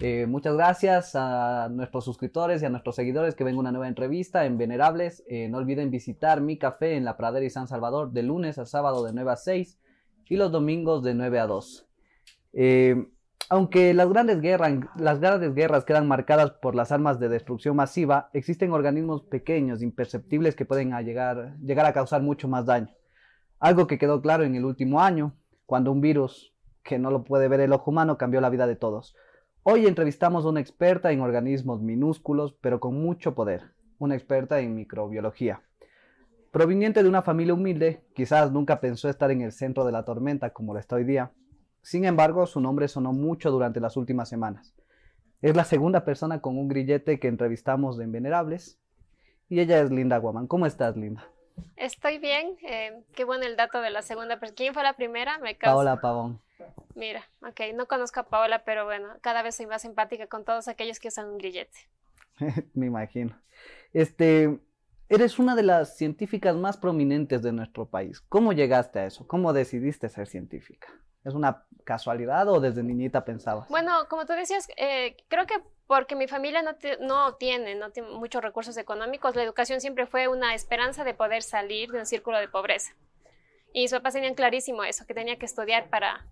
Muchas gracias a nuestros suscriptores y a nuestros seguidores que ven una nueva entrevista en Venerables. No olviden visitar mi café en La Pradera y San Salvador de lunes a sábado de 9 a 6 y los domingos de 9 a 2. Aunque las grandes guerras quedan marcadas por las armas de destrucción masiva, existen organismos pequeños, imperceptibles, que pueden llegar a causar mucho más daño. Algo que quedó claro en el último año, cuando un virus que no lo puede ver el ojo humano cambió la vida de todos. Hoy entrevistamos a una experta en organismos minúsculos, pero con mucho poder, una experta en microbiología. Proveniente de una familia humilde, quizás nunca pensó estar en el centro de la tormenta como lo está hoy día. Sin embargo, su nombre sonó mucho durante las últimas semanas. Es la segunda persona con un grillete que entrevistamos en Venerables, y ella es Linda Guamán. ¿Cómo estás, Linda? Estoy bien, qué bueno el dato de la segunda persona. ¿Quién fue la primera? Me causa. Paola Pavón. Mira, ok, no conozco a Paola, pero bueno, cada vez soy más simpática con todos aquellos que usan un grillete. Me imagino. Eres una de las científicas más prominentes de nuestro país. ¿Cómo llegaste a eso? ¿Cómo decidiste ser científica? ¿Es una casualidad o desde niñita pensabas? Bueno, como tú decías, creo que porque mi familia no tiene muchos recursos económicos, la educación siempre fue una esperanza de poder salir de un círculo de pobreza. Y mis papás tenían clarísimo eso, que tenía que estudiar para...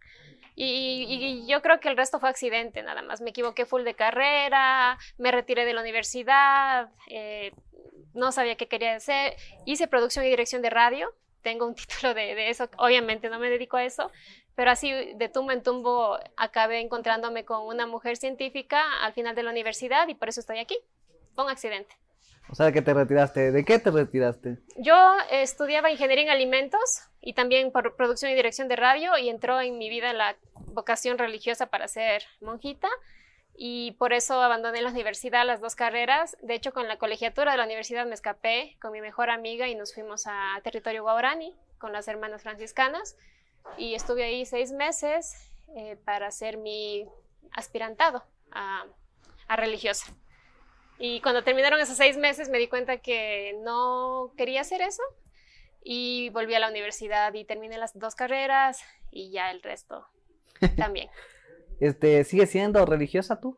Y yo creo que el resto fue accidente, nada más. Me equivoqué full de carrera, me retiré de la universidad, no sabía qué quería hacer. Hice producción y dirección de radio, tengo un título de eso, obviamente no me dedico a eso, pero así de tumbo en tumbo acabé encontrándome con una mujer científica al final de la universidad y por eso estoy aquí. Fue un accidente. O sea, que te retiraste. ¿De qué te retiraste? Yo estudiaba ingeniería en alimentos y también por producción y dirección de radio y entró en mi vida la vocación religiosa para ser monjita y por eso abandoné la universidad, las dos carreras. De hecho, con la colegiatura de la universidad me escapé con mi mejor amiga y nos fuimos a territorio guaraní con las hermanas franciscanas y estuve ahí 6 meses para hacer mi aspirantado a religiosa. Y cuando terminaron esos 6 meses me di cuenta que no quería hacer eso y volví a la universidad y terminé las dos carreras y ya el resto también. ¿Sigues siendo religiosa tú?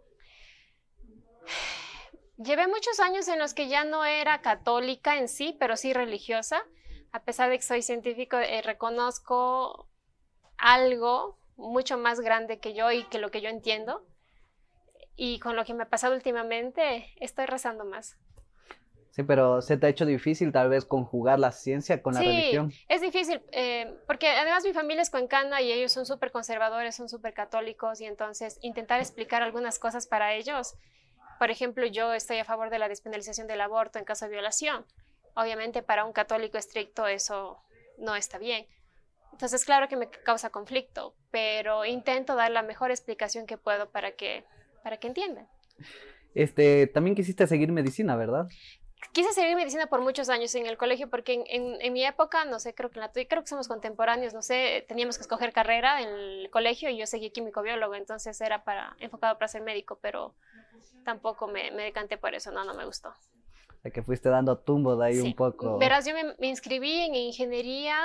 Llevé muchos años en los que ya no era católica en sí, pero sí religiosa. A pesar de que soy científico, reconozco algo mucho más grande que yo y que lo que yo entiendo. Y con lo que me ha pasado últimamente, estoy rezando más. Sí, pero ¿se te ha hecho difícil tal vez conjugar la ciencia con la religión? Sí, es difícil, porque además mi familia es cuencana y ellos son súper conservadores, son súper católicos y entonces intentar explicar algunas cosas para ellos. Por ejemplo, yo estoy a favor de la despenalización del aborto en caso de violación. Obviamente para un católico estricto eso no está bien. Entonces claro que me causa conflicto, pero intento dar la mejor explicación que puedo para que entiendan. También quisiste seguir medicina, ¿verdad? Quise seguir medicina por muchos años en el colegio porque en mi época, no sé, creo que en la tuya, creo que somos contemporáneos, no sé, teníamos que escoger carrera en el colegio y yo seguí químico biólogo, entonces era enfocado para ser médico, pero tampoco me decanté por eso, no me gustó. O sea, que fuiste dando tumbos de ahí un Sí, poco. verás, yo me inscribí en ingeniería,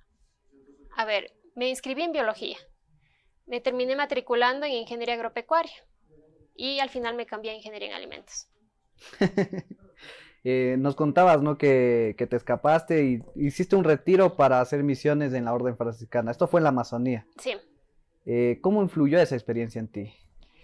me inscribí en biología, me terminé matriculando en ingeniería agropecuaria y al final me cambié a ingeniería en alimentos. Nos contabas, ¿no? Que te escapaste y hiciste un retiro para hacer misiones en la Orden Franciscana. Esto fue en la Amazonía. Sí. ¿Cómo influyó esa experiencia en ti?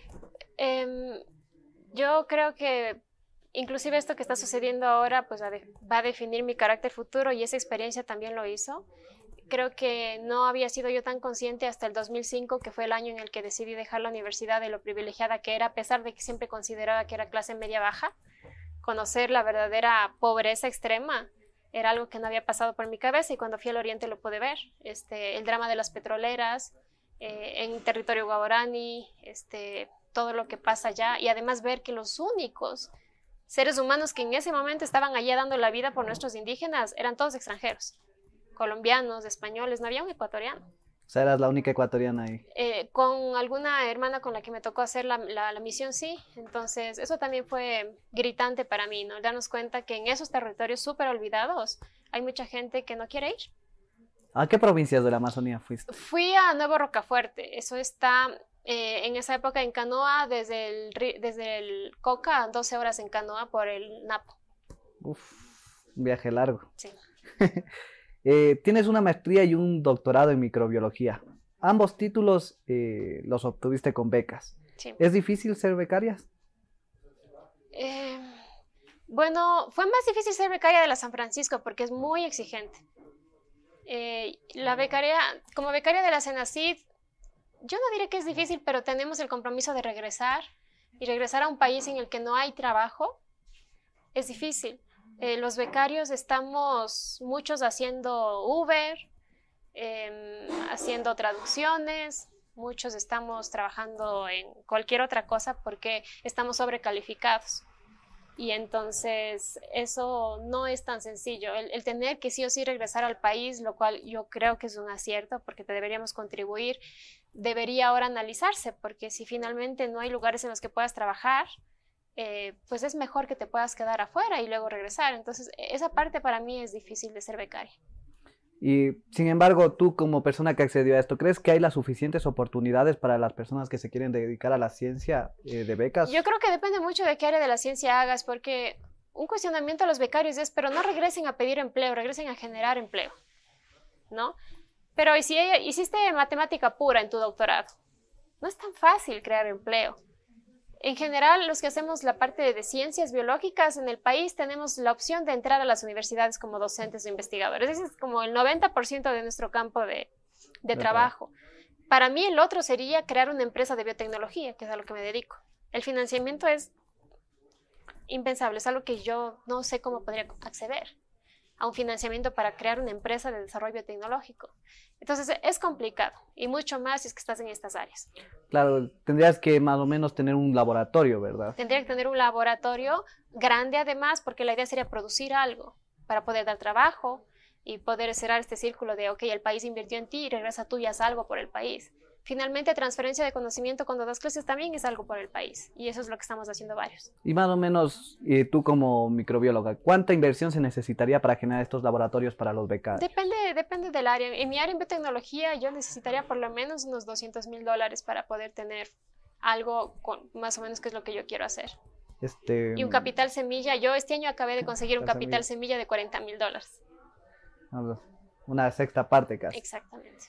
Yo creo que inclusive esto que está sucediendo ahora pues va a definir mi carácter futuro y esa experiencia también lo hizo. Creo que no había sido yo tan consciente hasta el 2005, que fue el año en el que decidí dejar la universidad, de lo privilegiada que era, a pesar de que siempre consideraba que era clase media baja. Conocer la verdadera pobreza extrema era algo que no había pasado por mi cabeza y cuando fui al Oriente lo pude ver. El drama de las petroleras en territorio guaraní, todo lo que pasa allá y además ver que los únicos seres humanos que en ese momento estaban allá dando la vida por nuestros indígenas eran todos extranjeros, colombianos, españoles, no había un ecuatoriano. O sea, eras la única ecuatoriana ahí. Con alguna hermana con la que me tocó hacer la misión, sí. Entonces, eso también fue gritante para mí, ¿no? Darnos cuenta que en esos territorios súper olvidados hay mucha gente que no quiere ir. ¿A qué provincias de la Amazonía fuiste? Fui a Nuevo Rocafuerte, eso está En esa época en canoa, desde el Coca, 12 horas en canoa por el Napo. Uf, un viaje largo. Sí. Tienes una maestría y un doctorado en microbiología. Ambos títulos los obtuviste con becas. Sí. ¿Es difícil ser becaria? Bueno, fue más difícil ser becaria de la San Francisco porque es muy exigente. Como becaria de la Senacid, yo no diré que es difícil, pero tenemos el compromiso de regresar y regresar a un país en el que no hay trabajo es difícil. Los becarios estamos muchos haciendo Uber, haciendo traducciones, muchos estamos trabajando en cualquier otra cosa porque estamos sobrecalificados. Y entonces eso no es tan sencillo. El tener que sí o sí regresar al país, lo cual yo creo que es un acierto porque te deberíamos contribuir, debería ahora analizarse, porque si finalmente no hay lugares en los que puedas trabajar, pues es mejor que te puedas quedar afuera y luego regresar. Entonces esa parte para mí es difícil de ser becaria. Y sin embargo, tú como persona que accedió a esto, ¿crees que hay las suficientes oportunidades para las personas que se quieren dedicar a la ciencia de becas? Yo creo que depende mucho de qué área de la ciencia hagas, porque un cuestionamiento a los becarios es, pero no regresen a pedir empleo, regresen a generar empleo, ¿no? Pero ¿y si hiciste matemática pura en tu doctorado? No es tan fácil crear empleo. En general, los que hacemos la parte de ciencias biológicas en el país tenemos la opción de entrar a las universidades como docentes o investigadores. Ese es como el 90% de nuestro campo de trabajo. Para mí el otro sería crear una empresa de biotecnología, que es a lo que me dedico. El financiamiento es impensable, es algo que yo no sé cómo podría acceder a un financiamiento para crear una empresa de desarrollo tecnológico. Entonces es complicado y mucho más si es que estás en estas áreas. Claro, tendrías que más o menos tener un laboratorio, ¿verdad? Tendría que tener un laboratorio grande además, porque la idea sería producir algo para poder dar trabajo y poder cerrar este círculo de, ok, el país invirtió en ti y regresa tú y haz algo por el país. Finalmente, transferencia de conocimiento cuando das clases también es algo por el país y eso es lo que estamos haciendo varios. Y más o menos, tú como microbióloga, ¿cuánta inversión se necesitaría para generar estos laboratorios para los becarios? Depende del área. En mi área en biotecnología yo necesitaría por lo menos unos $200,000 para poder tener algo con más o menos que es lo que yo quiero hacer. Y un capital semilla, yo este año acabé de conseguir un capital semilla de $40,000. Una sexta parte casi. Exactamente.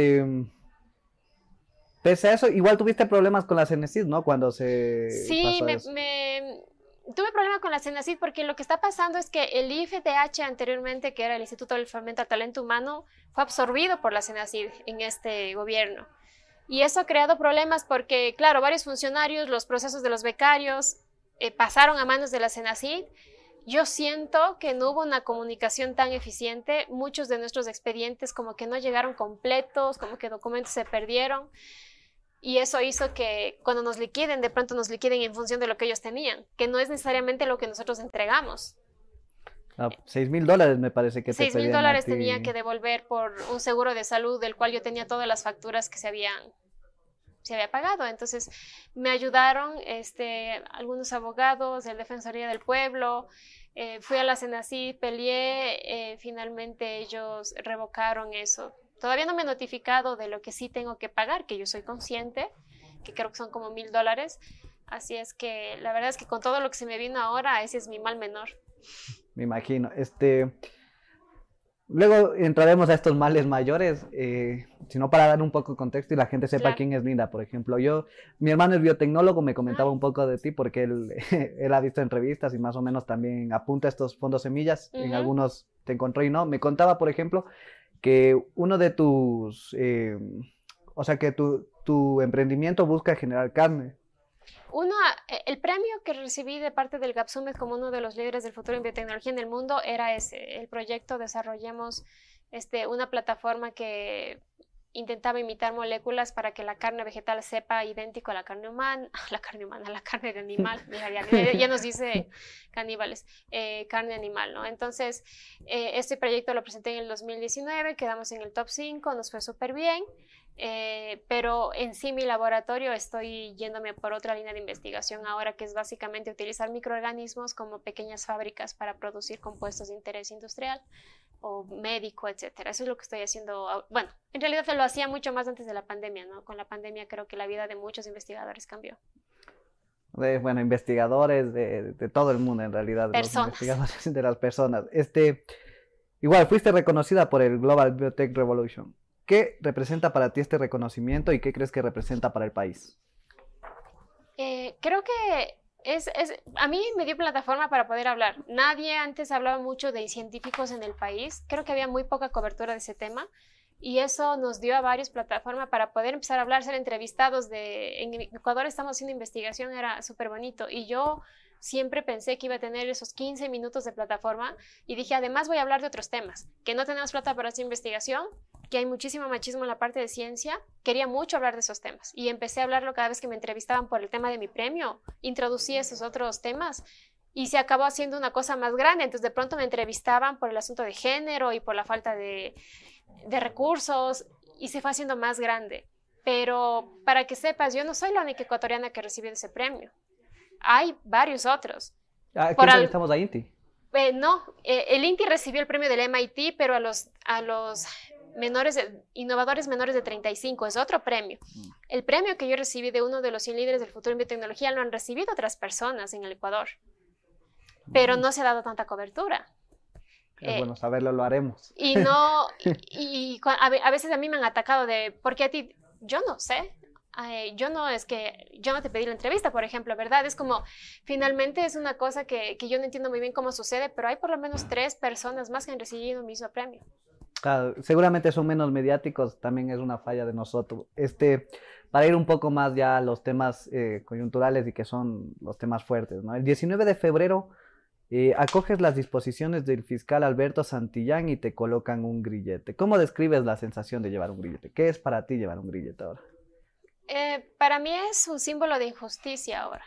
Pese a eso, igual tuviste problemas con la Cenecit, ¿no? Cuando se Sí, tuve problemas con la Cenacid porque lo que está pasando es que el IFDH anteriormente, que era el Instituto del Fomento al Talento Humano, fue absorbido por la Cenacid en este gobierno. Y eso ha creado problemas porque, claro, varios funcionarios, los procesos de los becarios pasaron a manos de la Cenacid. Yo siento que no hubo una comunicación tan eficiente. Muchos de nuestros expedientes como que no llegaron completos, como que documentos se perdieron. Y eso hizo que cuando nos liquiden, de pronto nos liquiden en función de lo que ellos tenían, que no es necesariamente lo que nosotros entregamos. $6,000 me parece que te pedían $6,000 tenía que devolver por un seguro de salud del cual yo tenía todas las facturas que se había pagado. Entonces me ayudaron algunos abogados de la Defensoría del Pueblo, fui a la Senacid, peleé, finalmente ellos revocaron eso. Todavía no me he notificado de lo que sí tengo que pagar, que yo soy consciente, que creo que son como $1,000. Así es que la verdad es que con todo lo que se me vino ahora, ese es mi mal menor. Me imagino. Luego entraremos a estos males mayores, sino para dar un poco de contexto y la gente sepa quién es Linda, por ejemplo. Mi hermano es biotecnólogo, me comentaba un poco de ti porque él ha visto entrevistas y más o menos también apunta a estos fondos semillas. En algunos te encontró y no. Me contaba, por ejemplo, que uno de tus, que tu emprendimiento busca generar carne. El premio que recibí de parte del GAPSUMET como uno de los líderes del futuro en biotecnología en el mundo era el proyecto Desarrollemos una plataforma que intentaba imitar moléculas para que la carne vegetal sepa idéntico a la carne humana, la carne de animal, ya nos dice caníbales, carne animal, ¿no? Entonces, este proyecto lo presenté en el 2019, quedamos en el top 5, nos fue súper bien, Pero en sí mi laboratorio estoy yéndome por otra línea de investigación ahora, que es básicamente utilizar microorganismos como pequeñas fábricas para producir compuestos de interés industrial o médico, etcétera. Eso es lo que estoy haciendo. Bueno, en realidad lo hacía mucho más antes de la pandemia, ¿no? Con la pandemia creo que la vida de muchos investigadores cambió. Bueno, investigadores de todo el mundo en realidad, los Personas. investigadores de las personas. Igual, fuiste reconocida por el Global Biotech Revolution. ¿Qué representa para ti este reconocimiento y qué crees que representa para el país? Creo que a mí me dio plataforma para poder hablar. Nadie antes hablaba mucho de científicos en el país. Creo que había muy poca cobertura de ese tema y eso nos dio a varios plataforma para poder empezar a hablar, ser entrevistados. En Ecuador estamos haciendo investigación, era súper bonito y yo siempre pensé que iba a tener esos 15 minutos de plataforma y dije, además voy a hablar de otros temas, que no tenemos plata para hacer investigación, que hay muchísimo machismo en la parte de ciencia. Quería mucho hablar de esos temas y empecé a hablarlo cada vez que me entrevistaban por el tema de mi premio. Introducí esos otros temas y se acabó haciendo una cosa más grande. Entonces de pronto me entrevistaban por el asunto de género y por la falta de recursos y se fue haciendo más grande. Pero para que sepas, yo no soy la única ecuatoriana que recibió ese premio. Hay varios otros. ¿A quién entrevistamos a INTI? No, el INTI recibió el premio del MIT, pero a los innovadores menores de 35 es otro premio. El premio que yo recibí de uno de los 100 líderes del futuro en biotecnología lo han recibido otras personas en el Ecuador, pero no se ha dado tanta cobertura. Es bueno saberlo, lo haremos. Y no, a veces a mí me han atacado de, ¿por qué a ti? Yo no sé. Yo no te pedí la entrevista, por ejemplo, ¿verdad? Es como, finalmente es una cosa que yo no entiendo muy bien cómo sucede, pero hay por lo menos 3 personas más que han recibido el mismo premio. Seguramente son menos mediáticos, también es una falla de nosotros. Para ir un poco más ya a los temas coyunturales y que son los temas fuertes, ¿no? El 19 de febrero acoges las disposiciones del fiscal Alberto Santillán y te colocan un grillete. ¿Cómo describes la sensación de llevar un grillete? ¿Qué es para ti llevar un grillete ahora? Para mí es un símbolo de injusticia ahora.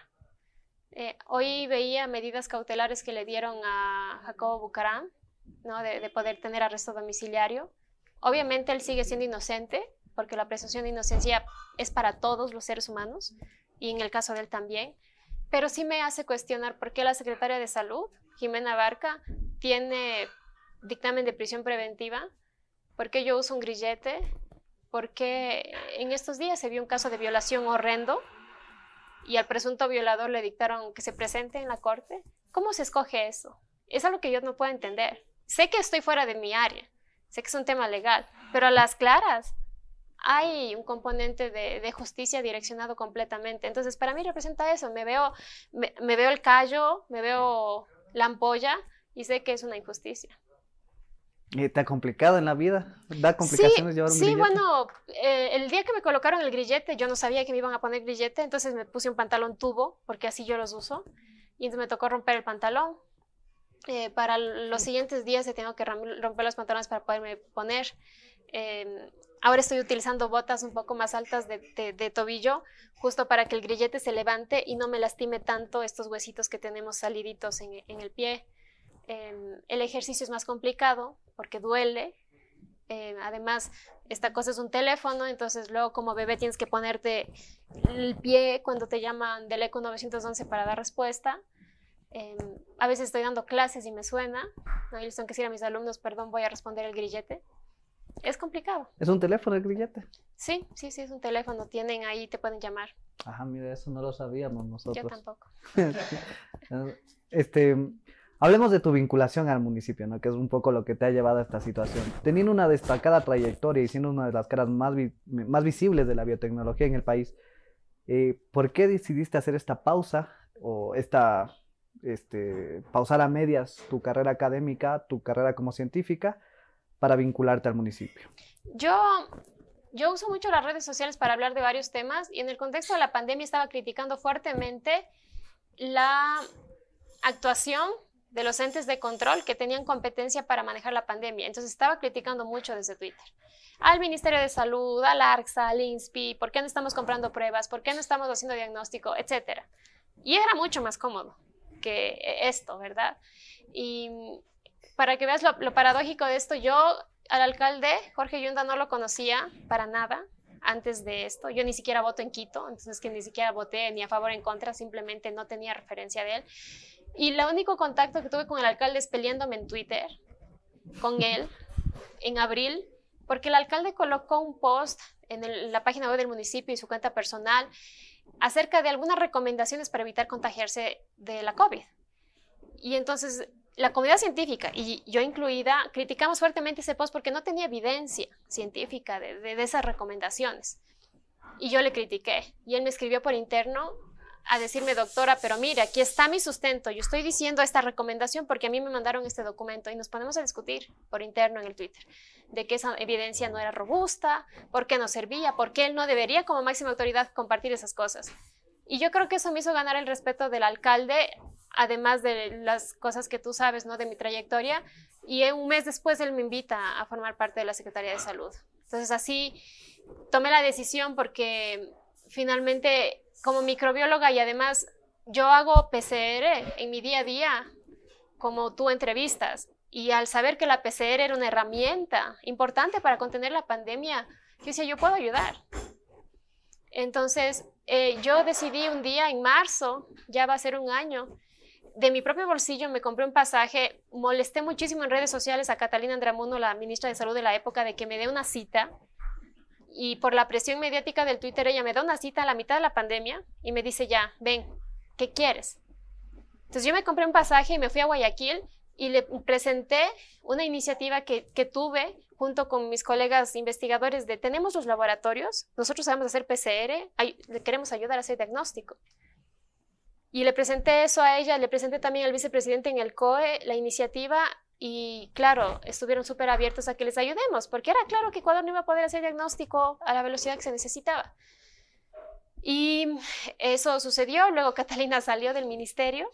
Hoy veía medidas cautelares que le dieron a Jacobo Bucaram, ¿no? de poder tener arresto domiciliario. Obviamente él sigue siendo inocente, porque la presunción de inocencia es para todos los seres humanos, y en el caso de él también. Pero sí me hace cuestionar por qué la secretaria de Salud, Jimena Barca, tiene dictamen de prisión preventiva, por qué yo uso un grillete, porque en estos días se vio un caso de violación horrendo y al presunto violador le dictaron que se presente en la corte. ¿Cómo se escoge eso? Es algo que yo no puedo entender. Sé que estoy fuera de mi área, sé que es un tema legal, pero a las claras hay un componente de justicia direccionado completamente. Entonces, para mí representa eso. Me veo el callo, me veo la ampolla y sé que es una injusticia. ¿Te ha complicado en la vida? ¿Da complicaciones llevar un grillete? Sí, bueno, el día que me colocaron el grillete, yo no sabía que me iban a poner grillete, entonces me puse un pantalón tubo, porque así yo los uso, y entonces me tocó romper el pantalón. Para los siguientes días he tenido que romper los pantalones para poderme poner. Ahora estoy utilizando botas un poco más altas de tobillo, justo para que el grillete se levante y no me lastime tanto estos huesitos que tenemos saliditos en el pie. El ejercicio es más complicado porque duele. Además, esta cosa es un teléfono, entonces luego como bebé tienes que ponerte el pie cuando te llaman del ECO 911 para dar respuesta. A veces estoy dando clases y me suena, ¿no? Y les tengo que decir a mis alumnos, perdón, voy a responder el grillete. Es complicado. ¿Es un teléfono el grillete? Sí, es un teléfono. Tienen ahí, te pueden llamar. Ajá, mira, eso no lo sabíamos nosotros. Yo tampoco. Hablemos de tu vinculación al municipio, ¿no? Que es un poco lo que te ha llevado a esta situación. Teniendo una destacada trayectoria y siendo una de las caras más visibles de la biotecnología en el país, ¿por qué decidiste hacer esta pausa o pausar a medias tu carrera académica, tu carrera como científica, para vincularte al municipio? Yo uso mucho las redes sociales para hablar de varios temas y en el contexto de la pandemia estaba criticando fuertemente la actuación de los entes de control que tenían competencia para manejar la pandemia. Entonces estaba criticando mucho desde Twitter al Ministerio de Salud, al ARCSA, al INSPI, ¿por qué no estamos comprando pruebas? ¿Por qué no estamos haciendo diagnóstico? Etcétera. Y era mucho más cómodo que esto, ¿verdad? Y para que veas lo paradójico de esto, yo al alcalde Jorge Yunda no lo conocía para nada. antes de esto. Yo ni siquiera voto en Quito, entonces que ni siquiera voté ni a favor ni en contra, simplemente no tenía referencia de él. Y el único contacto que tuve con el alcalde es peleándome en Twitter con él en abril, porque el alcalde colocó un post en la página web del municipio y su cuenta personal acerca de algunas recomendaciones para evitar contagiarse de la COVID. Y entonces la comunidad científica, y yo incluida, criticamos fuertemente ese post porque no tenía evidencia científica de esas recomendaciones. Y yo le critiqué. Y él me escribió por interno a decirme, doctora, pero mire, aquí está mi sustento. Yo estoy diciendo esta recomendación porque a mí me mandaron este documento y nos ponemos a discutir por interno en el Twitter de que esa evidencia no era robusta, por qué no servía, por qué él no debería como máxima autoridad compartir esas cosas. Y yo creo que eso me hizo ganar el respeto del alcalde, además de las cosas que tú sabes, ¿no? De mi trayectoria. Y un mes después él me invita a formar parte de la Secretaría de Salud. Entonces así tomé la decisión porque finalmente como microbióloga y además yo hago PCR en mi día a día, como tú entrevistas. Y al saber que la PCR era una herramienta importante para contener la pandemia, yo decía, yo puedo ayudar. Entonces, yo decidí un día en marzo, ya va a ser un año, de mi propio bolsillo me compré un pasaje, molesté muchísimo en redes sociales a Catalina Andramuno, la ministra de Salud de la época, de que me dé una cita, y por la presión mediática del Twitter ella me da una cita a la mitad de la pandemia y me dice, ya, ven, ¿qué quieres? Entonces yo me compré un pasaje y me fui a Guayaquil y le presenté una iniciativa que tuve junto con mis colegas investigadores de tenemos los laboratorios, nosotros sabemos hacer PCR, le queremos ayudar a hacer diagnóstico. Y le presenté eso a ella, le presenté también al vicepresidente en el COE la iniciativa y claro, estuvieron súper abiertos a que les ayudemos, porque era claro que Ecuador no iba a poder hacer diagnóstico a la velocidad que se necesitaba. Y eso sucedió, luego Catalina salió del ministerio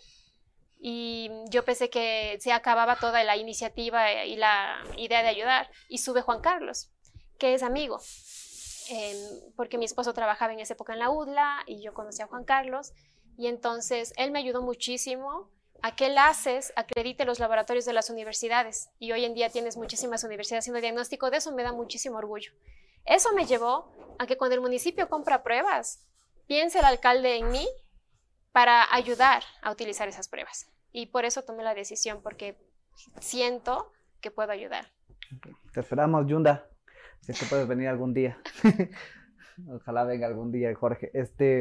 y yo pensé que se acababa toda la iniciativa y la idea de ayudar y sube Juan Carlos, que es amigo, porque mi esposo trabajaba en esa época en la UDLA y yo conocí a Juan Carlos y entonces él me ayudó muchísimo a que el ACES acredite los laboratorios de las universidades y hoy en día tienes muchísimas universidades haciendo diagnóstico, de eso me da muchísimo orgullo. Eso me llevó a que cuando el municipio compra pruebas, piense el alcalde en mí para ayudar a utilizar esas pruebas. Y por eso tomé la decisión, porque siento que puedo ayudar. Te esperamos, Yunda. Si es que puedes venir algún día. Ojalá venga algún día, Jorge.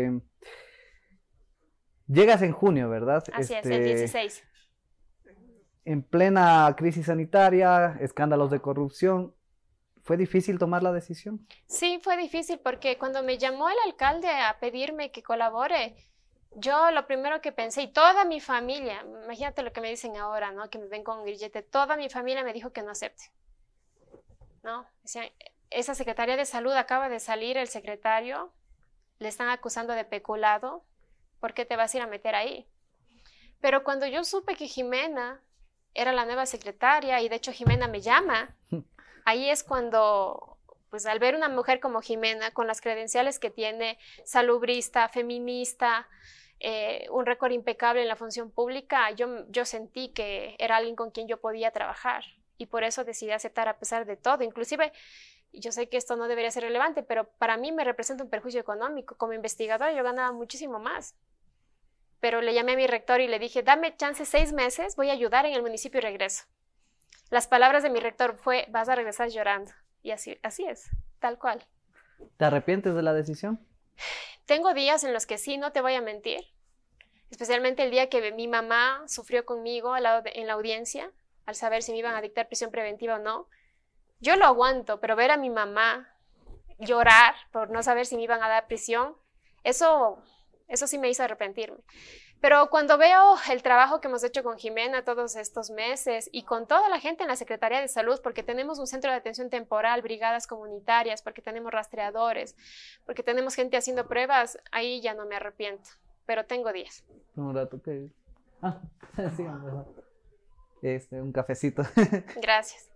Llegas en junio, ¿verdad? Así es, el 16. En plena crisis sanitaria, escándalos de corrupción. ¿Fue difícil tomar la decisión? Sí, fue difícil porque cuando me llamó el alcalde a pedirme que colabore, yo lo primero que pensé, y toda mi familia, imagínate lo que me dicen ahora, ¿no? Que me ven con un grillete, toda mi familia me dijo que no acepte, ¿no? Decían, esa Secretaría de Salud acaba de salir, el secretario, le están acusando de peculado, ¿por qué te vas a ir a meter ahí? Pero cuando yo supe que Jimena era la nueva secretaria, y de hecho Jimena me llama, ahí es cuando, pues al ver una mujer como Jimena, con las credenciales que tiene, salubrista, feminista, un récord impecable en la función pública, yo sentí que era alguien con quien yo podía trabajar y por eso decidí aceptar a pesar de todo. Inclusive, yo sé que esto no debería ser relevante, pero para mí me representa un perjuicio económico. Como investigadora yo ganaba muchísimo más. Pero le llamé a mi rector y le dije, dame chance 6 meses, voy a ayudar en el municipio y regreso. Las palabras de mi rector fue, vas a regresar llorando. Y así es, tal cual. ¿Te arrepientes de la decisión? Tengo días en los que sí, no te voy a mentir. Especialmente el día que mi mamá sufrió conmigo en la audiencia, al saber si me iban a dictar prisión preventiva o no. Yo lo aguanto, pero ver a mi mamá llorar por no saber si me iban a dar prisión, eso sí me hizo arrepentirme. Pero cuando veo el trabajo que hemos hecho con Jimena todos estos meses y con toda la gente en la Secretaría de Salud, porque tenemos un centro de atención temporal, brigadas comunitarias, porque tenemos rastreadores, porque tenemos gente haciendo pruebas, ahí ya no me arrepiento, pero tengo días. Un rato que... sí, mejor. Un cafecito. Gracias.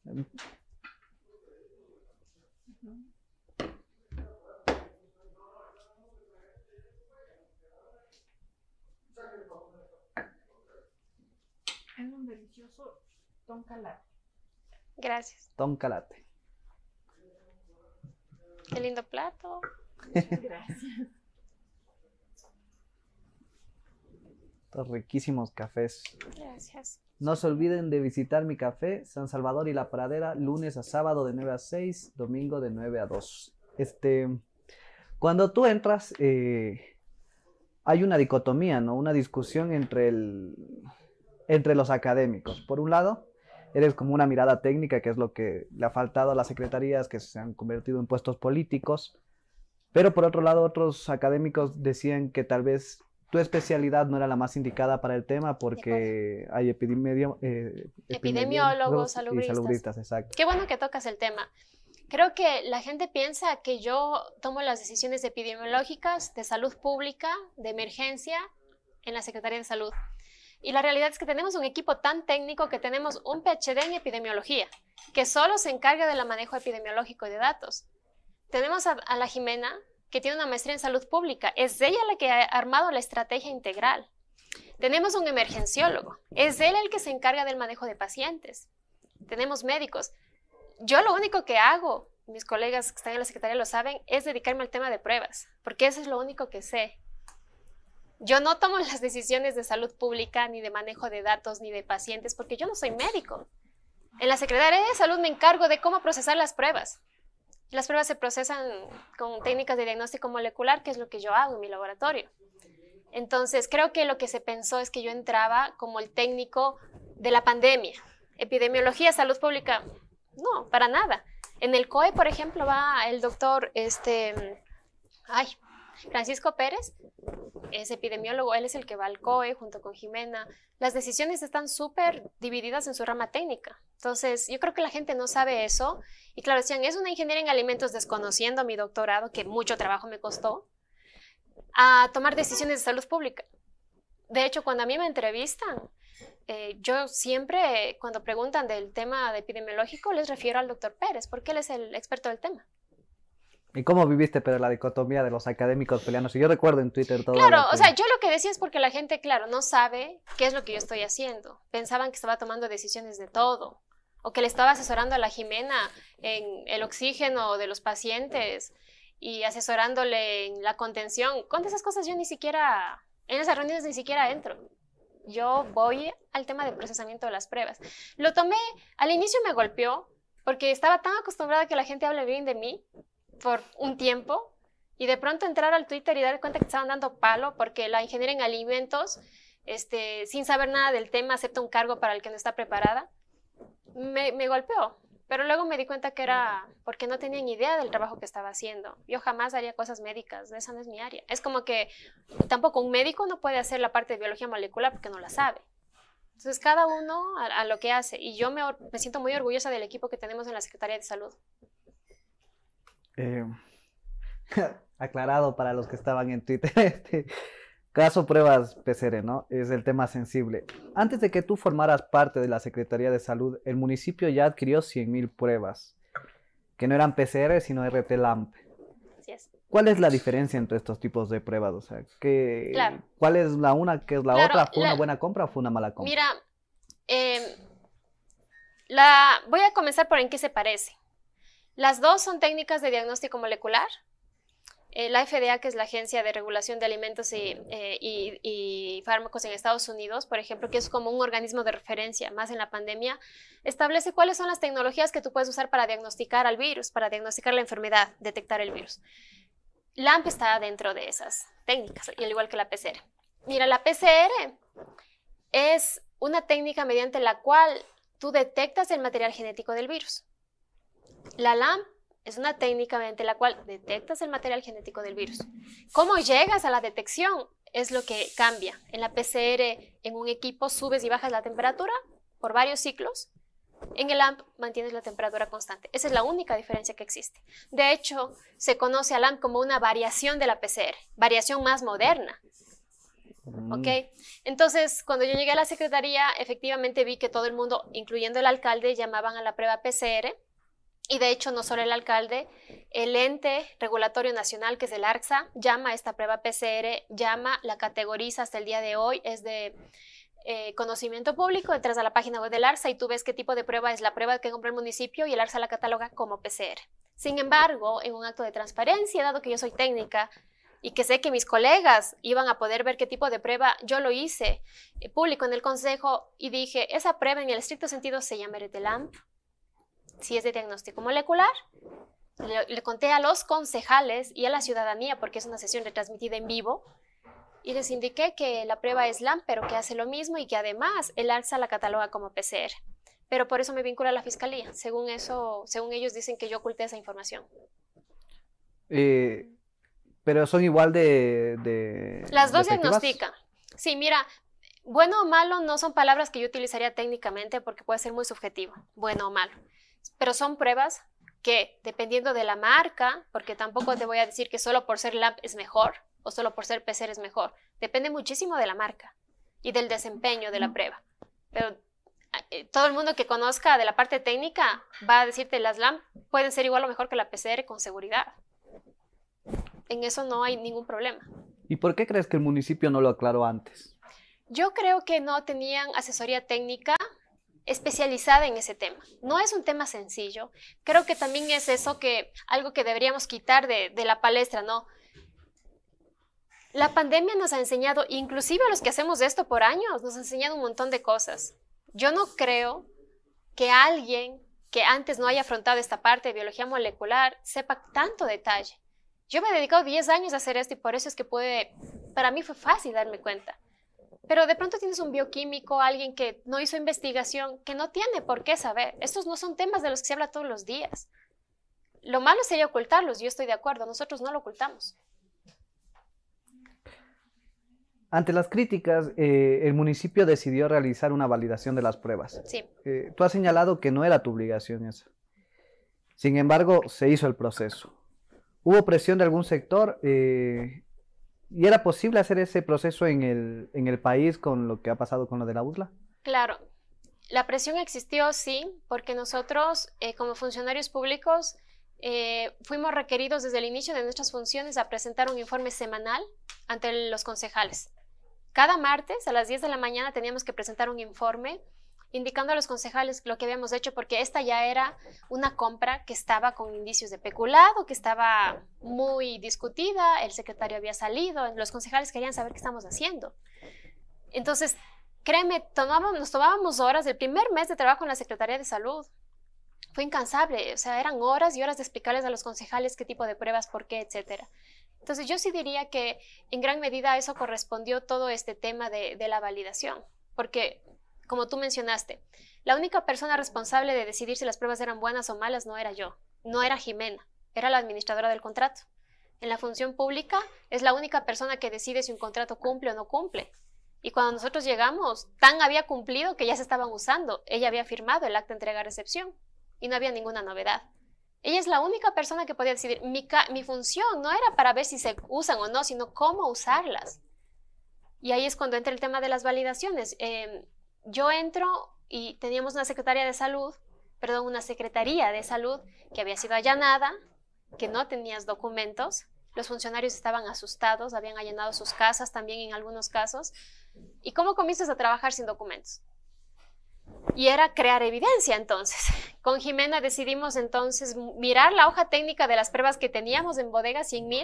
Es un delicioso ton calate. Gracias. Ton calate. Qué lindo plato. Gracias. Estos riquísimos cafés. Gracias. No se olviden de visitar mi café, San Salvador y La Pradera, lunes a sábado de 9 a 6, domingo de 9 a 2. Cuando tú entras, hay una dicotomía, ¿no? Una discusión entre los académicos. Por un lado, eres como una mirada técnica, que es lo que le ha faltado a las secretarías que se han convertido en puestos políticos. Pero por otro lado, otros académicos decían que tal vez tu especialidad no era la más indicada para el tema porque hay epidemiólogos, y salubristas, exacto. Qué bueno que tocas el tema. Creo que la gente piensa que yo tomo las decisiones epidemiológicas de salud pública, de emergencia, en la Secretaría de Salud. Y la realidad es que tenemos un equipo tan técnico que tenemos un PhD en epidemiología, que solo se encarga del manejo epidemiológico y de datos. Tenemos a la Jimena, que tiene una maestría en salud pública. Es ella la que ha armado la estrategia integral. Tenemos un emergenciólogo. Es él el que se encarga del manejo de pacientes. Tenemos médicos. Yo lo único que hago, mis colegas que están en la Secretaría lo saben, es dedicarme al tema de pruebas, porque eso es lo único que sé. Yo no tomo las decisiones de salud pública, ni de manejo de datos, ni de pacientes, porque yo no soy médico. En la Secretaría de Salud me encargo de cómo procesar las pruebas. Las pruebas se procesan con técnicas de diagnóstico molecular, que es lo que yo hago en mi laboratorio. Entonces, creo que lo que se pensó es que yo entraba como el técnico de la pandemia. Epidemiología, salud pública, no, para nada. En el COE, por ejemplo, va el doctor Francisco Pérez, es epidemiólogo, él es el que va al COE junto con Jimena. Las decisiones están súper divididas en su rama técnica. Entonces, yo creo que la gente no sabe eso. Y claro, decían, es una ingeniera en alimentos desconociendo mi doctorado, que mucho trabajo me costó, a tomar decisiones de salud pública. De hecho, cuando a mí me entrevistan, yo siempre, cuando preguntan del tema de epidemiológico, les refiero al doctor Pérez, porque él es el experto del tema. ¿Y cómo viviste, pero la dicotomía de los académicos peleándose? Yo recuerdo en Twitter todo. Claro, o sea, yo lo que decía es porque la gente, claro, no sabe qué es lo que yo estoy haciendo. Pensaban que estaba tomando decisiones de todo, o que le estaba asesorando a la Jimena en el oxígeno de los pacientes y asesorándole en la contención. Con esas cosas yo ni siquiera, en esas reuniones ni siquiera entro. Yo voy al tema de procesamiento de las pruebas. Lo tomé, al inicio me golpeó, porque estaba tan acostumbrada a que la gente hable bien de mí por un tiempo, y de pronto entrar al Twitter y dar cuenta que estaban dando palo porque la ingeniera en alimentos, sin saber nada del tema, acepta un cargo para el que no está preparada, me golpeó. Pero luego me di cuenta que era porque no tenían idea del trabajo que estaba haciendo. Yo jamás haría cosas médicas, esa no es mi área. Es como que tampoco un médico no puede hacer la parte de biología molecular porque no la sabe. Entonces cada uno a lo que hace. Y yo me siento muy orgullosa del equipo que tenemos en la Secretaría de Salud. Aclarado para los que estaban en Twitter, caso pruebas PCR, ¿no? Es el tema sensible. Antes de que tú formaras parte de la Secretaría de Salud, el municipio ya adquirió 100,000 pruebas, que no eran PCR, sino RT-LAMP. Así es. ¿Cuál es la diferencia entre estos tipos de pruebas? O sea, Claro. ¿cuál es la una, qué es la Claro, otra? ¿Fue una buena compra o fue una mala compra? Mira, voy a comenzar por en qué se parece. Las dos son técnicas de diagnóstico molecular. La FDA, que es la Agencia de Regulación de Alimentos y Fármacos en Estados Unidos, por ejemplo, que es como un organismo de referencia, más en la pandemia, establece cuáles son las tecnologías que tú puedes usar para diagnosticar al virus, para diagnosticar la enfermedad, detectar el virus. LAMP está dentro de esas técnicas, y al igual que la PCR. Mira, la PCR es una técnica mediante la cual tú detectas el material genético del virus. La LAMP es una técnica mediante la cual detectas el material genético del virus. ¿Cómo llegas a la detección? Es lo que cambia. En la PCR, en un equipo, subes y bajas la temperatura por varios ciclos. En el LAMP mantienes la temperatura constante. Esa es la única diferencia que existe. De hecho, se conoce al LAMP como una variación de la PCR, variación más moderna. ¿Ok? Entonces, cuando yo llegué a la secretaría, efectivamente vi que todo el mundo, incluyendo el alcalde, llamaban a la prueba PCR. Y de hecho, no solo el alcalde, el ente regulatorio nacional, que es el ARCSA, llama a esta prueba PCR, la categoriza hasta el día de hoy, es de conocimiento público, entras a la página web del ARSA y tú ves qué tipo de prueba es la prueba que compró el municipio y el ARSA la cataloga como PCR. Sin embargo, en un acto de transparencia, dado que yo soy técnica y que sé que mis colegas iban a poder ver qué tipo de prueba, yo lo hice público en el consejo y dije, esa prueba en el estricto sentido se llama Eretelamp, si es de diagnóstico molecular. Le conté a los concejales y a la ciudadanía, porque es una sesión retransmitida en vivo, y les indiqué que la prueba es LAMP, pero que hace lo mismo y que además el ARSA la cataloga como PCR. Pero por eso me vincula a la fiscalía. Según ellos dicen que yo oculté esa información. Pero son igual de Las dos efectivas. diagnostican. Sí, mira, bueno o malo no son palabras que yo utilizaría técnicamente porque puede ser muy subjetivo, bueno o malo. Pero son pruebas que, dependiendo de la marca, porque tampoco te voy a decir que solo por ser LAMP es mejor o solo por ser PCR es mejor. Depende muchísimo de la marca y del desempeño de la prueba. Pero todo el mundo que conozca de la parte técnica va a decirte las LAMP pueden ser igual o mejor que la PCR con seguridad. En eso no hay ningún problema. ¿Y por qué crees que el municipio no lo aclaró antes? Yo creo que no tenían asesoría técnica especializada en ese tema. No es un tema sencillo. Creo que también es eso que algo que deberíamos quitar de la palestra, ¿no? La pandemia nos ha enseñado, inclusive a los que hacemos esto por años, nos ha enseñado un montón de cosas. Yo no creo que alguien que antes no haya afrontado esta parte de biología molecular sepa tanto detalle. Yo me he dedicado 10 años a hacer esto y por eso es que para mí fue fácil darme cuenta. Pero de pronto tienes un bioquímico, alguien que no hizo investigación, que no tiene por qué saber. Estos no son temas de los que se habla todos los días. Lo malo sería ocultarlos, yo estoy de acuerdo, nosotros no lo ocultamos. Ante las críticas, el municipio decidió realizar una validación de las pruebas. Sí. Tú has señalado que no era tu obligación esa. Sin embargo, se hizo el proceso. ¿Hubo presión de algún sector? ¿Y era posible hacer ese proceso en el país con lo que ha pasado con lo de la UDLA? Claro. La presión existió, sí, porque nosotros, como funcionarios públicos, fuimos requeridos desde el inicio de nuestras funciones a presentar un informe semanal ante los concejales. Cada martes a las 10 de la mañana teníamos que presentar un informe indicando a los concejales lo que habíamos hecho, porque esta ya era una compra que estaba con indicios de peculado, que estaba muy discutida, el secretario había salido, los concejales querían saber qué estamos haciendo. Entonces, créeme, nos tomábamos horas, el primer mes de trabajo en la Secretaría de Salud. Fue incansable, o sea, eran horas y horas de explicarles a los concejales qué tipo de pruebas, por qué, etcétera. Entonces yo sí diría que en gran medida a eso correspondió todo este tema de la validación, porque como tú mencionaste, la única persona responsable de decidir si las pruebas eran buenas o malas no era yo, no era Jimena, era la administradora del contrato. En la función pública es la única persona que decide si un contrato cumple o no cumple. Y cuando nosotros llegamos, tan había cumplido que ya se estaban usando, ella había firmado el acta de entrega-recepción y no había ninguna novedad. Ella es la única persona que podía decidir. Mi función no era para ver si se usan o no, sino cómo usarlas. Y ahí es cuando entra el tema de las validaciones. Yo entro y teníamos una secretaría de salud que había sido allanada, que no tenías documentos. Los funcionarios estaban asustados, habían allanado sus casas también en algunos casos. ¿Y cómo comienzas a trabajar sin documentos? Y era crear evidencia entonces. Con Jimena decidimos entonces mirar la hoja técnica de las pruebas que teníamos en bodega 100.000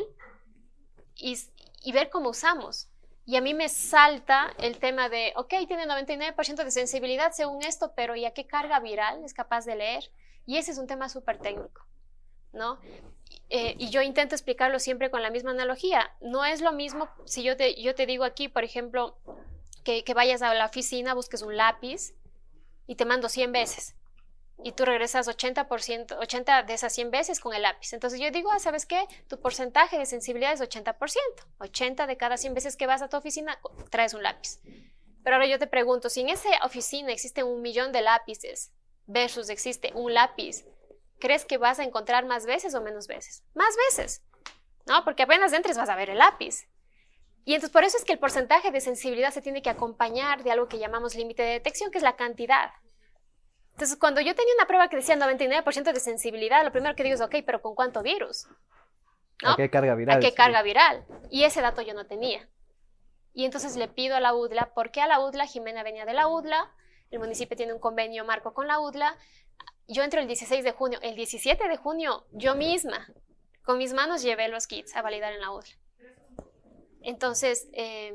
y ver cómo usamos. Y a mí me salta el tema de, ok, tiene 99% de sensibilidad según esto, pero ¿y a qué carga viral es capaz de leer? Y ese es un tema súper técnico, ¿no? Y yo intento explicarlo siempre con la misma analogía. No es lo mismo si yo te digo aquí, por ejemplo, que vayas a la oficina, busques un lápiz y te mando 100 veces. Y tú regresas 80% de esas 100 veces con el lápiz. Entonces yo digo, ¿sabes qué? Tu porcentaje de sensibilidad es 80%. 80 de cada 100 veces que vas a tu oficina, traes un lápiz. Pero ahora yo te pregunto, si en esa oficina existe 1 millón de lápices versus existe un lápiz, ¿crees que vas a encontrar más veces o menos veces? Más veces, ¿no? Porque apenas entres vas a ver el lápiz. Y entonces por eso es que el porcentaje de sensibilidad se tiene que acompañar de algo que llamamos límite de detección, que es la cantidad. Entonces, cuando yo tenía una prueba que decía 99% de sensibilidad, lo primero que digo es, ok, pero ¿con cuánto virus? ¿No? ¿A qué carga viral? ¿A qué carga viral? Y ese dato yo no tenía. Y entonces le pido a la UDLA, ¿por qué a la UDLA? Jimena venía de la UDLA, el municipio tiene un convenio marco con la UDLA. Yo entro el 16 de junio, el 17 de junio yo misma, con mis manos llevé los kits a validar en la UDLA. Entonces,